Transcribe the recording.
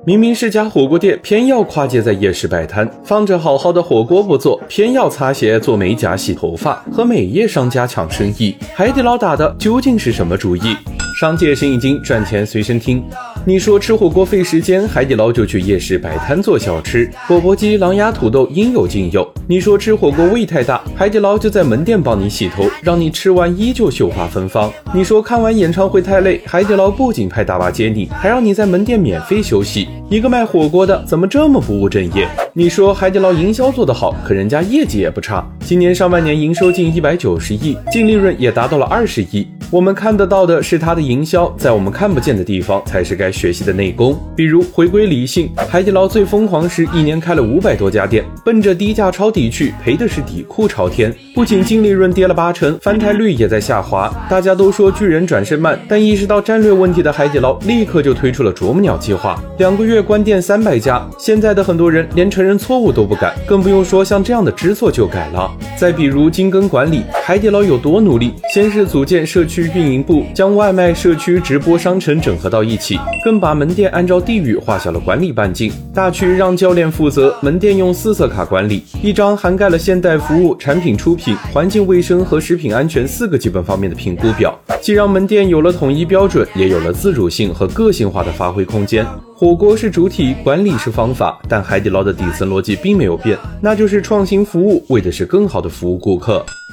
明明是家火锅店，偏要跨界在夜市摆摊，放着好好的火锅不做，偏要擦鞋做美甲洗头发，和美业商家抢生意。海底捞打的究竟是什么主意？商界生意经，赚钱随身听。你说吃火锅费时间，海底捞就去夜市摆摊做小吃，钵钵鸡、狼牙土豆应有尽有。你说吃火锅胃太大，海底捞就在门店帮你洗头，让你吃完依旧秀发芬芳。你说看完演唱会太累，海底捞不仅派大巴接你，还让你在门店免费休息。一个卖火锅的怎么这么不务正业？你说海底捞营销做得好，可人家业绩也不差，今年上半年营收近190亿，净利润也达到了20亿。我们看得到的是它的营销，在我们看不见的地方才是该学习的内功。比如回归理性，海底捞最疯狂时一年开了500多家店，奔着低价抄底去，赔的是底裤朝天。不仅净利润跌了80%，翻台率也在下滑。大家都说巨人转身慢，但意识到战略问题的海底捞立刻就推出了啄木鸟计划，2个月关店300家。现在的很多人连承认错误都不敢，更不用说像这样的知错就改了。再比如精耕管理，海底捞有多努力，先是组建社区运营部，将外卖、社区、直播、商城整合到一起，更把门店按照地域划小了管理半径，大区让教练负责，门店用4色卡管理，一张涵盖了现代服务、产品出品、环境卫生和食品安全4个基本方面的评估表，既让门店有了统一标准，也有了自主性和个性化的发挥空间。火锅是主体，管理是方法，但海底捞的底层逻辑并没有变，那就是创新服务，为的是更好的服务顾客。